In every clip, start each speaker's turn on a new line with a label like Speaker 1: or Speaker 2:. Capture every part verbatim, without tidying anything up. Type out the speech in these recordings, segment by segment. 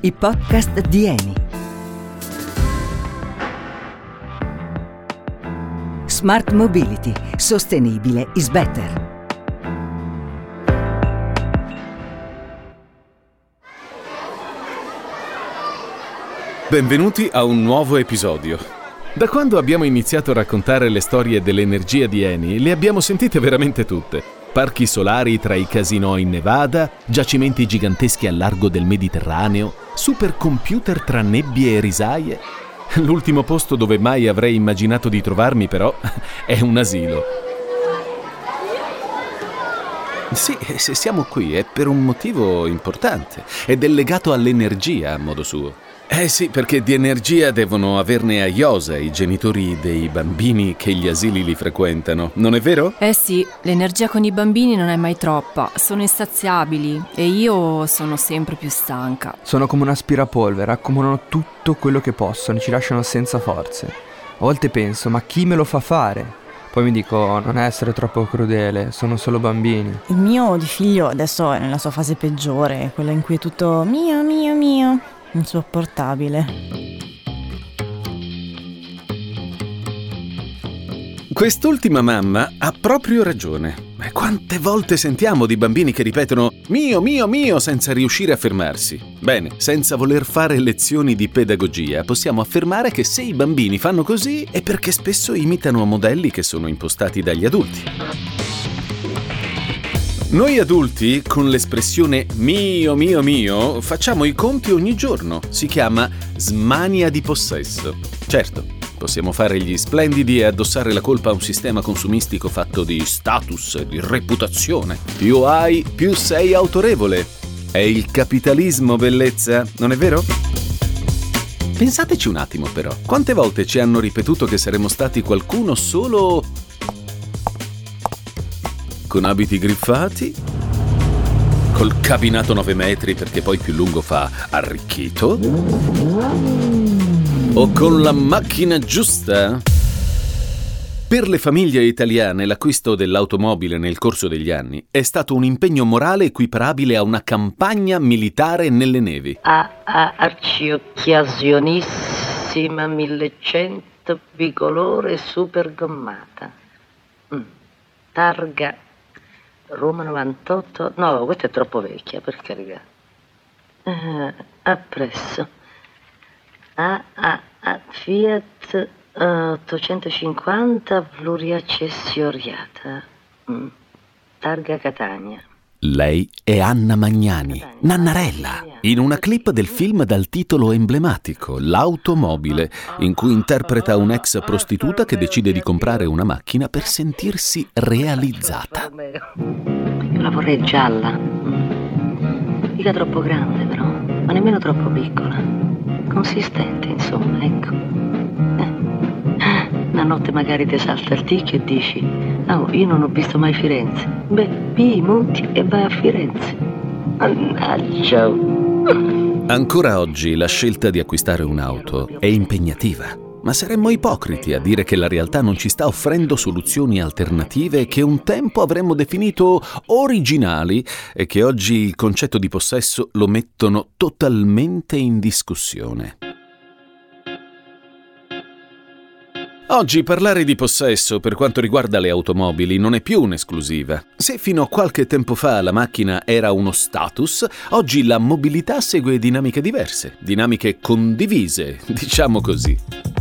Speaker 1: i podcast di Eni. Smart Mobility. Sostenibile is better.
Speaker 2: Benvenuti a un nuovo episodio. Da quando abbiamo iniziato a raccontare le storie dell'energia di Eni, le abbiamo sentite veramente tutte. Parchi solari tra i casinò in Nevada, giacimenti giganteschi al largo del Mediterraneo, supercomputer tra nebbie e risaie. L'ultimo posto dove mai avrei immaginato di trovarmi, però, è un asilo. Sì, se siamo qui è per un motivo importante ed è legato all'energia a modo suo. Eh sì, perché di energia devono averne a iosa i genitori dei bambini che gli asili li frequentano, non è vero?
Speaker 3: Eh sì, l'energia con i bambini non è mai troppa, sono insaziabili e io sono sempre più stanca.
Speaker 4: Sono come un aspirapolvere, accumulano tutto quello che possono e ci lasciano senza forze. A volte penso, ma chi me lo fa fare? Poi mi dico, non essere troppo crudele, sono solo bambini.
Speaker 5: Il mio di figlio adesso è nella sua fase peggiore, quella in cui è tutto mio, mio, mio. Insopportabile.
Speaker 2: Quest'ultima mamma ha proprio ragione. Quante volte sentiamo di bambini che ripetono mio, mio, mio senza riuscire a fermarsi? Bene, senza voler fare lezioni di pedagogia, possiamo affermare che se i bambini fanno così è perché spesso imitano modelli che sono impostati dagli adulti. Noi adulti, con l'espressione mio, mio, mio, facciamo i conti ogni giorno. Si chiama smania di possesso. Certo, possiamo fare gli splendidi e addossare la colpa a un sistema consumistico fatto di status, di reputazione. Più hai, più sei autorevole. È il capitalismo, bellezza, non è vero? Pensateci un attimo, però. Quante volte ci hanno ripetuto che saremmo stati qualcuno solo con abiti griffati, col cabinato nove metri perché poi più lungo fa arricchito, o con la macchina giusta? Per le famiglie italiane l'acquisto dell'automobile nel corso degli anni è stato un impegno morale equiparabile a una campagna militare nelle nevi.
Speaker 6: A, a arcioccasionissima millecento bicolore super gommata. Mm. Targa Roma novantotto, no, questa è troppo vecchia, per carità. Uh, appresso. A, a, a Fiat uh, ottocentocinquanta pluriaccessoriata. Mm. Targa Catania.
Speaker 2: Lei è Anna Magnani, Nannarella, in una clip del film dal titolo emblematico, L'automobile, in cui interpreta un'ex prostituta che decide di comprare una macchina per sentirsi realizzata.
Speaker 6: Io la vorrei gialla, mica troppo grande però, ma nemmeno troppo piccola, consistente insomma, ecco. Una notte magari ti salta il tic e dici oh, io non ho visto mai Firenze. Beh, pii, monti e vai a Firenze. Mannaggia.
Speaker 2: Ancora oggi la scelta di acquistare un'auto è impegnativa, ma saremmo ipocriti a dire che la realtà non ci sta offrendo soluzioni alternative che un tempo avremmo definito originali e che oggi il concetto di possesso lo mettono totalmente in discussione. Oggi parlare di possesso per quanto riguarda le automobili non è più un'esclusiva. Se fino a qualche tempo fa la macchina era uno status, oggi la mobilità segue dinamiche diverse, dinamiche condivise, diciamo così.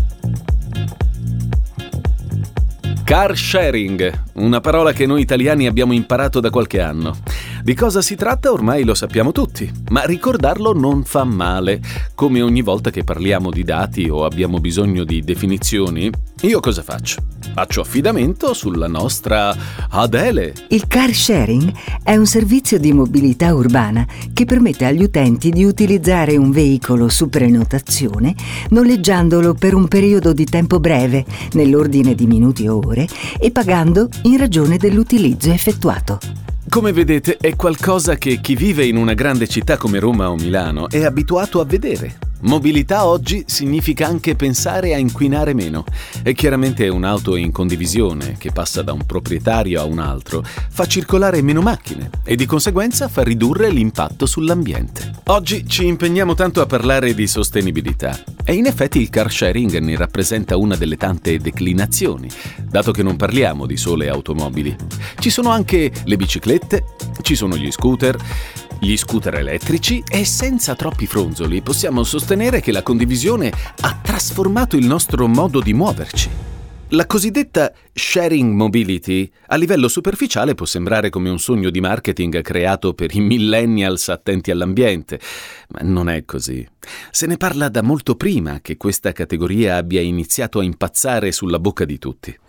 Speaker 2: Car sharing, una parola che noi italiani abbiamo imparato da qualche anno. Di cosa si tratta ormai lo sappiamo tutti, ma ricordarlo non fa male. Come ogni volta che parliamo di dati o abbiamo bisogno di definizioni, io cosa faccio? Faccio affidamento sulla nostra Adele.
Speaker 1: Il car sharing è un servizio di mobilità urbana che permette agli utenti di utilizzare un veicolo su prenotazione, noleggiandolo per un periodo di tempo breve, nell'ordine di minuti o ore, e pagando in ragione dell'utilizzo effettuato.
Speaker 2: Come vedete, è qualcosa che chi vive in una grande città come Roma o Milano è abituato a vedere. Mobilità oggi significa anche pensare a inquinare meno. E chiaramente un'auto in condivisione, che passa da un proprietario a un altro, fa circolare meno macchine e di conseguenza fa ridurre l'impatto sull'ambiente. Oggi ci impegniamo tanto a parlare di sostenibilità e in effetti il car sharing ne rappresenta una delle tante declinazioni, dato che non parliamo di sole automobili. Ci sono anche le biciclette, ci sono gli scooter, gli scooter elettrici e senza troppi fronzoli possiamo sostenere che la condivisione ha trasformato il nostro modo di muoverci. La cosiddetta sharing mobility a livello superficiale può sembrare come un sogno di marketing creato per i millennials attenti all'ambiente, ma non è così. Se ne parla da molto prima che questa categoria abbia iniziato a impazzare sulla bocca di tutti.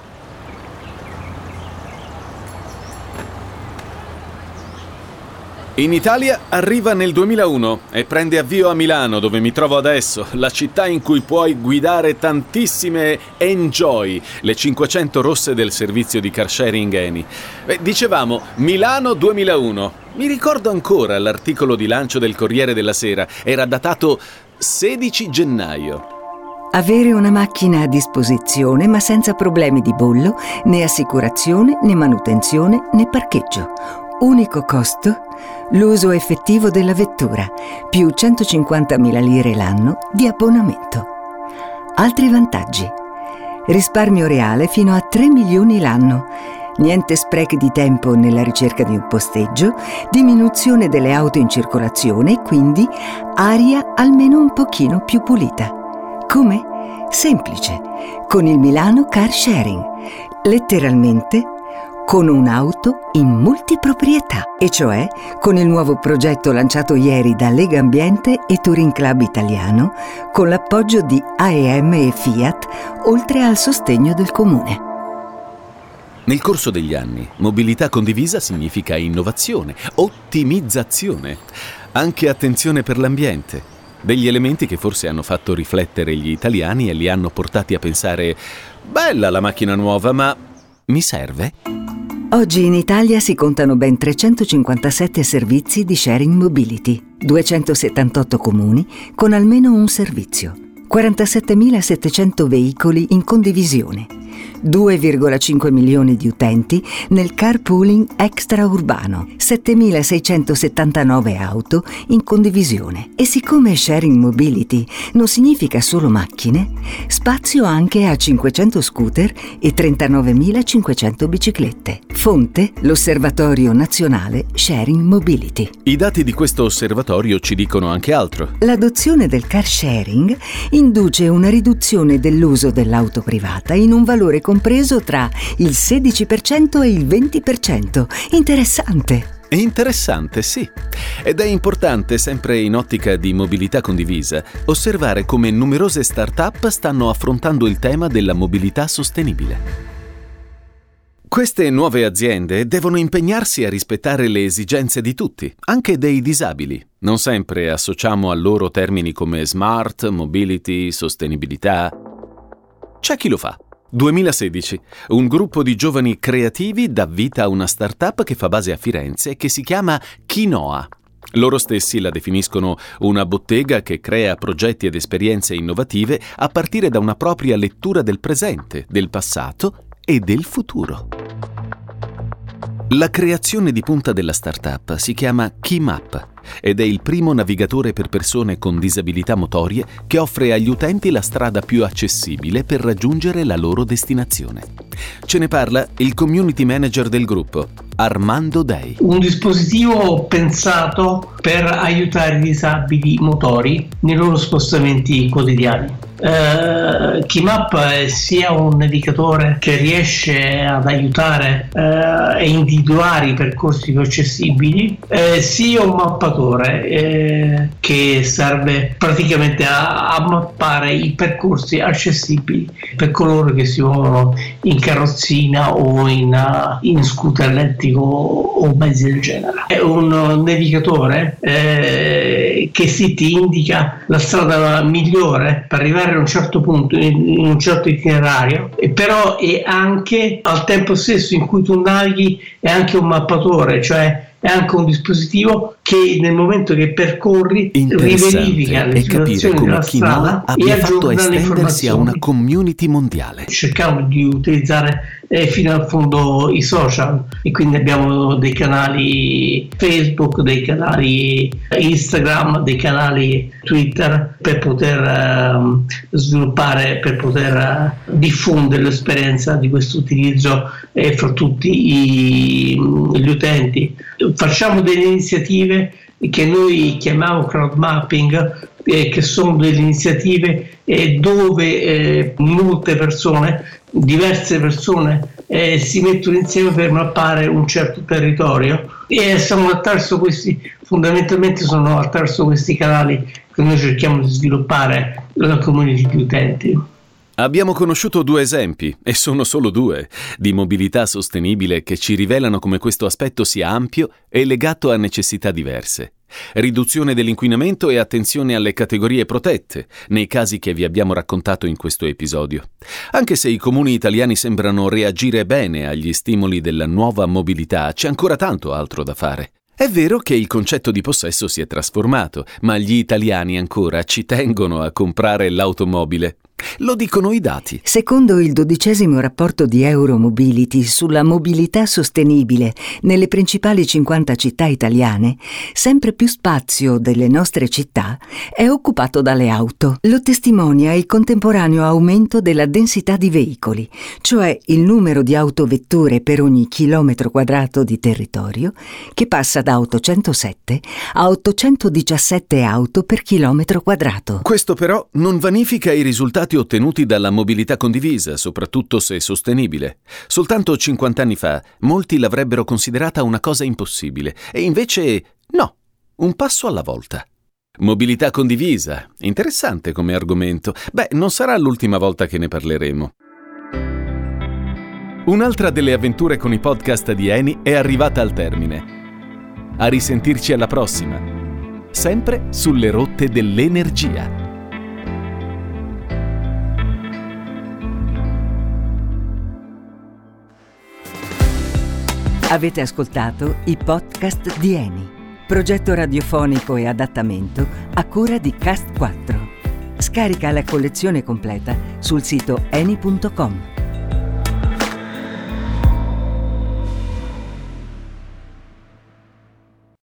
Speaker 2: In Italia arriva nel duemilauno e prende avvio a Milano, dove mi trovo adesso, la città in cui puoi guidare tantissime Enjoy, le cinquecento rosse del servizio di car sharing Eni. Beh, dicevamo Milano duemilauno. Mi ricordo ancora l'articolo di lancio del Corriere della Sera, era datato sedici gennaio.
Speaker 1: Avere una macchina a disposizione ma senza problemi di bollo, né assicurazione, né manutenzione, né parcheggio. Unico costo? L'uso effettivo della vettura, più centocinquantamila lire l'anno di abbonamento. Altri vantaggi: risparmio reale fino a tre milioni l'anno, niente sprechi di tempo nella ricerca di un posteggio, diminuzione delle auto in circolazione e quindi aria almeno un pochino più pulita. Come? Semplice, con il Milano Car Sharing, letteralmente con un'auto in multiproprietà, e cioè con il nuovo progetto lanciato ieri da Lega Ambiente e Touring Club Italiano, con l'appoggio di A E M e Fiat, oltre al sostegno del Comune.
Speaker 2: Nel corso degli anni, mobilità condivisa significa innovazione, ottimizzazione, anche attenzione per l'ambiente. Degli elementi che forse hanno fatto riflettere gli italiani e li hanno portati a pensare: bella la macchina nuova, ma mi serve?
Speaker 1: Oggi in Italia si contano ben trecentocinquantasette servizi di sharing mobility, duecentosettantotto comuni con almeno un servizio, quarantasettemilasettecento veicoli in condivisione, due virgola cinque milioni di utenti nel carpooling extraurbano, settemilaseicentosettantanove auto in condivisione. E siccome sharing mobility non significa solo macchine, spazio anche a cinquecento scooter e trentanovemilacinquecento biciclette. Fonte: l'Osservatorio Nazionale Sharing Mobility.
Speaker 2: I dati di questo osservatorio ci dicono anche altro.
Speaker 1: L'adozione del car sharing induce una riduzione dell'uso dell'auto privata in un valore compreso tra il sedici per cento e il venti per cento. Interessante!
Speaker 2: È interessante, sì. Ed è importante, sempre in ottica di mobilità condivisa, osservare come numerose start-up stanno affrontando il tema della mobilità sostenibile. Queste nuove aziende devono impegnarsi a rispettare le esigenze di tutti, anche dei disabili. Non sempre associamo a loro termini come smart, mobility, sostenibilità. C'è chi lo fa. duemilasedici. Un gruppo di giovani creativi dà vita a una startup che fa base a Firenze e che si chiama Quinoa. Loro stessi la definiscono una bottega che crea progetti ed esperienze innovative a partire da una propria lettura del presente, del passato e del futuro. La creazione di punta della startup si chiama Keymap ed è il primo navigatore per persone con disabilità motorie che offre agli utenti la strada più accessibile per raggiungere la loro destinazione. Ce ne parla il community manager del gruppo, Armando Dei.
Speaker 7: Un dispositivo pensato per aiutare i disabili motori nei loro spostamenti quotidiani. Uh, Keymap è sia un navigatore che riesce ad aiutare uh, e individuare i percorsi più accessibili, eh, sia un mappatore eh, che serve praticamente a, a mappare i percorsi accessibili per coloro che si muovono in carrozzina o in, uh, in scooter elettrico o mezzi del genere. È un navigatore eh, che si ti indica la strada migliore per arrivare a un certo punto, in un certo itinerario, e però è anche al tempo stesso in cui tu navighi è anche un mappatore, cioè è anche un dispositivo che nel momento che percorri riverifica le situazioni della strada e aggiorna le informazioni.
Speaker 2: A una community mondiale.
Speaker 7: Cerchiamo di utilizzare eh, fino al fondo i social, e quindi abbiamo dei canali Facebook, dei canali Instagram, dei canali Twitter per poter eh, sviluppare, per poter eh, diffondere l'esperienza di questo utilizzo eh, fra tutti i, gli utenti. Facciamo delle iniziative che noi chiamiamo crowd mapping, eh, che sono delle iniziative eh, dove eh, molte persone, diverse persone eh, si mettono insieme per mappare un certo territorio, e sono attraverso questi, fondamentalmente sono attraverso questi canali che noi cerchiamo di sviluppare la community di utenti.
Speaker 2: Abbiamo conosciuto due esempi, e sono solo due, di mobilità sostenibile che ci rivelano come questo aspetto sia ampio e legato a necessità diverse. Riduzione dell'inquinamento e attenzione alle categorie protette, nei casi che vi abbiamo raccontato in questo episodio. Anche se i comuni italiani sembrano reagire bene agli stimoli della nuova mobilità, c'è ancora tanto altro da fare. È vero che il concetto di possesso si è trasformato, ma gli italiani ancora ci tengono a comprare l'automobile. Lo dicono i dati.
Speaker 1: Secondo il dodicesimo rapporto di Euromobility sulla mobilità sostenibile nelle principali cinquanta città italiane, sempre più spazio delle nostre città è occupato dalle auto. Lo testimonia il contemporaneo aumento della densità di veicoli, cioè il numero di autovetture per ogni chilometro quadrato di territorio, che passa da ottocentosette a ottocentodiciassette auto per chilometro quadrato.
Speaker 2: Questo però non vanifica i risultati ottenuti dalla mobilità condivisa, soprattutto se sostenibile. Soltanto cinquanta anni fa molti l'avrebbero considerata una cosa impossibile, e invece no, un passo alla volta. Mobilità condivisa, interessante come argomento. Beh, non sarà l'ultima volta che ne parleremo. Un'altra delle avventure con i podcast di Eni è arrivata al termine. A risentirci alla prossima, sempre sulle rotte dell'energia.
Speaker 1: Avete ascoltato i podcast di Eni, progetto radiofonico e adattamento a cura di Cast quattro. Scarica la collezione completa sul sito eni punto com.